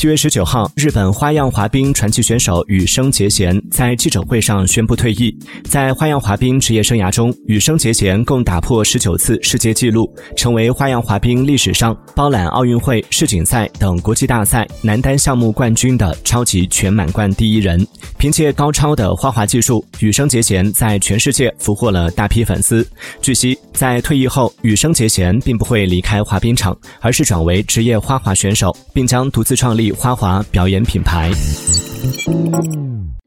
7月19号，日本花样滑冰传奇选手羽生结弦在记者会上宣布退役。在花样滑冰职业生涯中，羽生结弦共打破19次世界纪录，成为花样滑冰历史上包揽奥运会、世锦赛等国际大赛男单项目冠军的超级全满贯第一人。凭借高超的花滑技术，羽生结弦在全世界俘获了大批粉丝。据悉，在退役后，羽生结弦并不会离开滑冰场，而是转为职业花滑选手，并将独自创立花滑表演品牌。